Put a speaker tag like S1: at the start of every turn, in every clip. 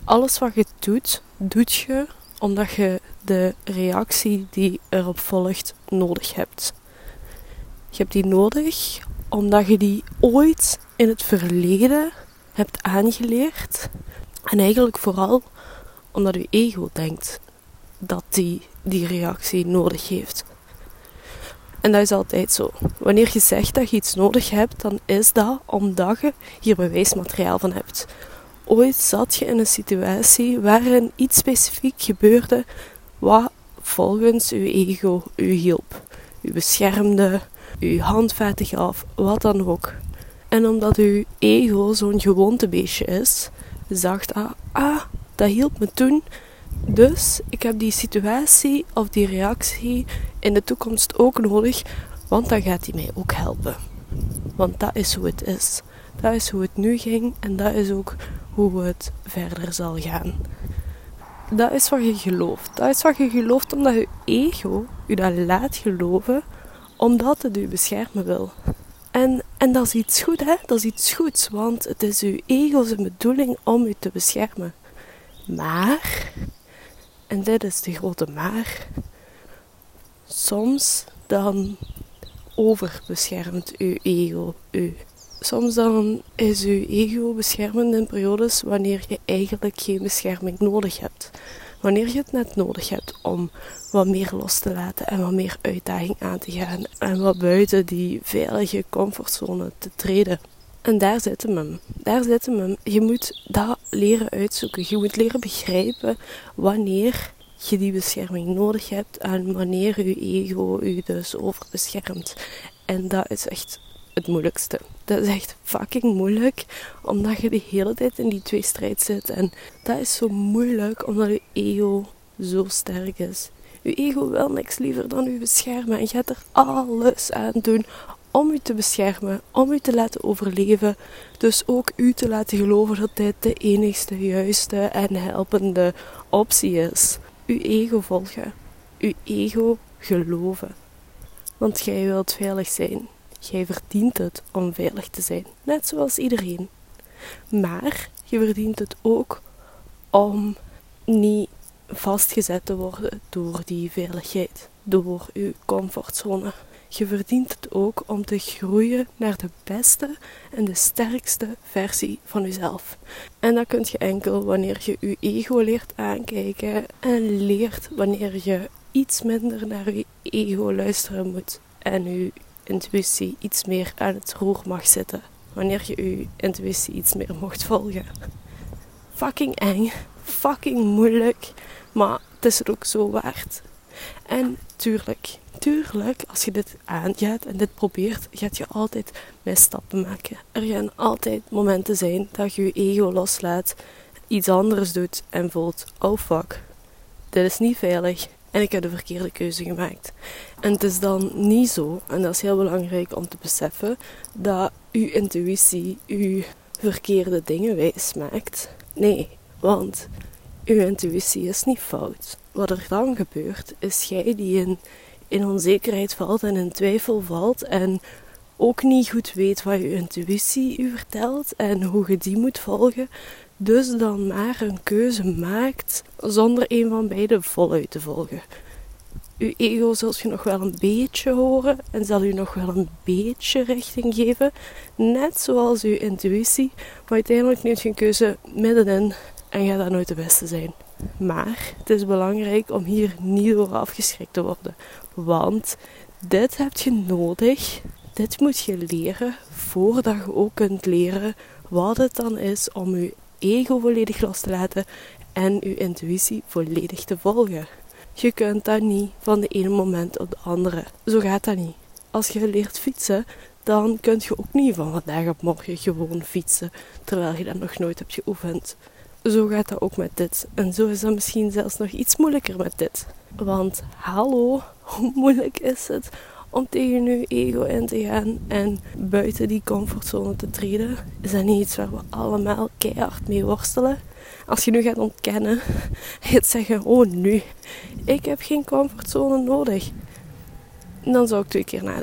S1: Alles wat je doet, doet je omdat je de reactie die erop volgt nodig hebt. Je hebt die nodig omdat je die ooit in het verleden hebt aangeleerd. En eigenlijk vooral omdat je ego denkt dat die reactie nodig heeft. En dat is altijd zo. Wanneer je zegt dat je iets nodig hebt, dan is dat omdat je hier bewijsmateriaal van hebt. Ooit zat je in een situatie waarin iets specifiek gebeurde wat volgens je ego u hielp. U beschermde, u handvaten gaf, wat dan ook. En omdat uw ego zo'n gewoontebeestje is, zag dat, dat hielp me toen. Dus ik heb die situatie of die reactie in de toekomst ook nodig, want dan gaat die mij ook helpen. Want dat is hoe het is. Dat is hoe het nu ging en dat is ook hoe het verder zal gaan. Dat is wat je gelooft. Dat is wat je gelooft omdat je ego je dat laat geloven, omdat het je beschermen wil. En dat is iets goed, hè? Dat is iets goeds, want het is je ego zijn bedoeling om je te beschermen. Maar, en dit is de grote maar, soms dan overbeschermt uw ego u. Soms dan is uw ego beschermend in periodes wanneer je eigenlijk geen bescherming nodig hebt. Wanneer je het net nodig hebt om wat meer los te laten en wat meer uitdaging aan te gaan. En wat buiten die veilige comfortzone te treden. En daar zit hem. Daar zit hem. Je moet dat leren uitzoeken. Je moet leren begrijpen wanneer je die bescherming nodig hebt en wanneer je ego je dus overbeschermt. En dat is echt het moeilijkste. Dat is echt fucking moeilijk, omdat je de hele tijd in die tweestrijd zit. En dat is zo moeilijk, omdat je ego zo sterk is. Je ego wil niks liever dan je beschermen en je gaat er alles aan doen om u te beschermen, om u te laten overleven. Dus ook u te laten geloven dat dit de enigste, juiste en helpende optie is. Uw ego volgen. Uw ego geloven. Want jij wilt veilig zijn. Jij verdient het om veilig te zijn. Net zoals iedereen. Maar je verdient het ook om niet vastgezet te worden door die veiligheid. Door je comfortzone. Je verdient het ook om te groeien naar de beste en de sterkste versie van jezelf. En dat kun je enkel wanneer je je ego leert aankijken en leert wanneer je iets minder naar je ego luisteren moet. En je intuïtie iets meer aan het roer mag zitten. Wanneer je je intuïtie iets meer mocht volgen. Fucking eng, fucking moeilijk, maar het is het ook zo waard. En tuurlijk, als je dit aangaat en dit probeert, gaat je altijd misstappen maken. Er gaan altijd momenten zijn dat je je ego loslaat, iets anders doet en voelt, oh fuck, dit is niet veilig en ik heb de verkeerde keuze gemaakt. En het is dan niet zo, en dat is heel belangrijk om te beseffen, dat je intuïtie je verkeerde dingen wijs maakt. Nee, want je intuïtie is niet fout. Wat er dan gebeurt, is jij die in onzekerheid valt en in twijfel valt en ook niet goed weet wat je intuïtie u vertelt en hoe je die moet volgen, dus dan maar een keuze maakt zonder een van beide voluit te volgen. Uw ego zult je nog wel een beetje horen en zal u nog wel een beetje richting geven, net zoals uw intuïtie, maar uiteindelijk neemt je een keuze middenin en gaat dat nooit de beste zijn. Maar het is belangrijk om hier niet door afgeschrikt te worden. Want dit heb je nodig. Dit moet je leren voordat je ook kunt leren wat het dan is om je ego volledig los te laten en je intuïtie volledig te volgen. Je kunt dat niet van de ene moment op de andere. Zo gaat dat niet. Als je leert fietsen, dan kun je ook niet van vandaag op morgen gewoon fietsen, terwijl je dat nog nooit hebt geoefend. Zo gaat dat ook met dit. En zo is dat misschien zelfs nog iets moeilijker met dit. Want hallo, hoe moeilijk is het om tegen je ego in te gaan en buiten die comfortzone te treden? Is dat niet iets waar we allemaal keihard mee worstelen? Als je nu gaat ontkennen en gaat zeggen, oh nu, ik heb geen comfortzone nodig. Dan zou ik 2 keer nadenken.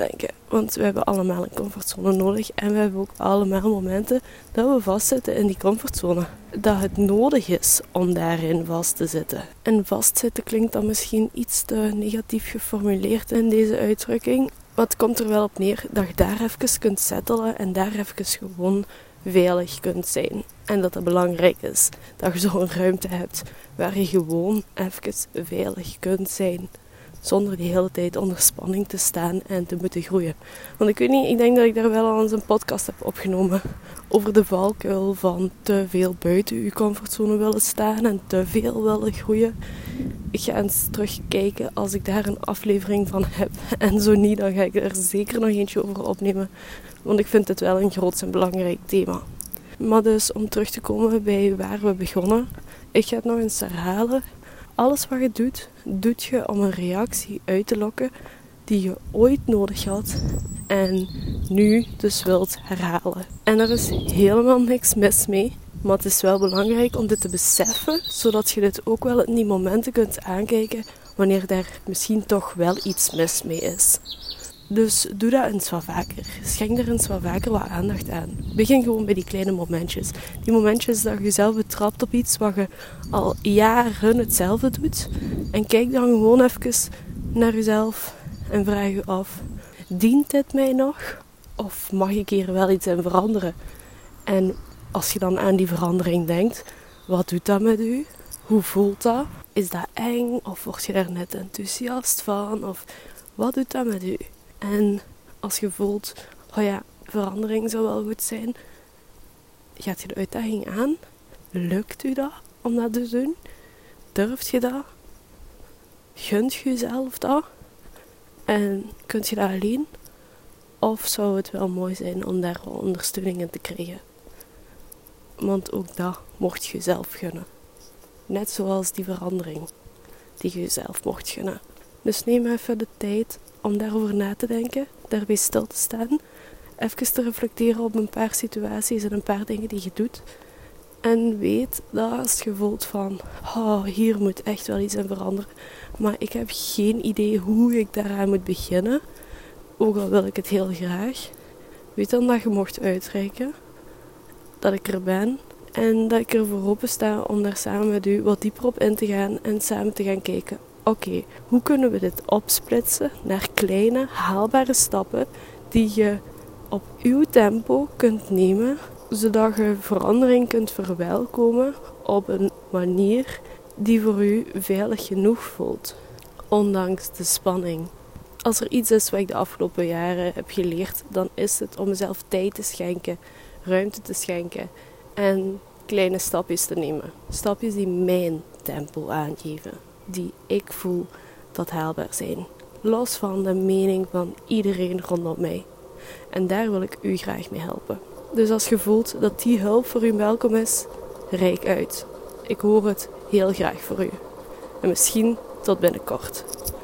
S1: Want we hebben allemaal een comfortzone nodig. En we hebben ook allemaal momenten dat we vastzitten in die comfortzone. Dat het nodig is om daarin vast te zitten. En vastzitten klinkt dan misschien iets te negatief geformuleerd in deze uitdrukking. Maar het komt er wel op neer dat je daar even kunt settelen en daar even gewoon veilig kunt zijn. En dat het belangrijk is dat je zo'n ruimte hebt waar je gewoon even veilig kunt zijn. Zonder de hele tijd onder spanning te staan en te moeten groeien. Want ik weet niet, ik denk dat ik daar wel al eens een podcast heb opgenomen. Over de valkuil van te veel buiten je comfortzone willen staan en te veel willen groeien. Ik ga eens terugkijken als ik daar een aflevering van heb. En zo niet, dan ga ik er zeker nog eentje over opnemen. Want ik vind het wel een groot en belangrijk thema. Maar dus om terug te komen bij waar we begonnen. Ik ga het nog eens herhalen. Alles wat je doet, doet je om een reactie uit te lokken die je ooit nodig had en nu dus wilt herhalen. En er is helemaal niks mis mee, maar het is wel belangrijk om dit te beseffen, zodat je dit ook wel in die momenten kunt aankijken wanneer er misschien toch wel iets mis mee is. Dus doe dat eens wat vaker. Schenk er eens wat vaker wat aandacht aan. Begin gewoon bij die kleine momentjes. Die momentjes dat je jezelf betrapt op iets wat je al jaren hetzelfde doet. En kijk dan gewoon even naar jezelf en vraag je af: dient dit mij nog? Of mag ik hier wel iets in veranderen? En als je dan aan die verandering denkt, wat doet dat met u? Hoe voelt dat? Is dat eng? Of word je daar net enthousiast van? Of wat doet dat met u? En als je voelt, oh ja, verandering zou wel goed zijn, gaat je de uitdaging aan? Lukt u dat om dat te doen? Durft je dat? Gunt je jezelf dat? En kunt je dat alleen? Of zou het wel mooi zijn om daar wel ondersteuning in te krijgen? Want ook dat mocht je jezelf gunnen. Net zoals die verandering die je jezelf mocht gunnen. Dus neem even de tijd om daarover na te denken, daarbij stil te staan, even te reflecteren op een paar situaties en een paar dingen die je doet. En weet dat als je voelt van, oh, hier moet echt wel iets in veranderen, maar ik heb geen idee hoe ik daaraan moet beginnen, ook al wil ik het heel graag, weet dan dat je mocht uitreiken, dat ik er ben en dat ik er voor open sta om daar samen met u wat dieper op in te gaan en samen te gaan kijken. Oké, hoe kunnen we dit opsplitsen naar kleine, haalbare stappen die je op uw tempo kunt nemen, zodat je verandering kunt verwelkomen op een manier die voor u veilig genoeg voelt, ondanks de spanning. Als er iets is wat ik de afgelopen jaren heb geleerd, dan is het om mezelf tijd te schenken, ruimte te schenken en kleine stapjes te nemen. Stapjes die mijn tempo aangeven. Die ik voel dat haalbaar zijn. Los van de mening van iedereen rondom mij. En daar wil ik u graag mee helpen. Dus als je voelt dat die hulp voor u welkom is, reik uit. Ik hoor het heel graag voor u. En misschien tot binnenkort.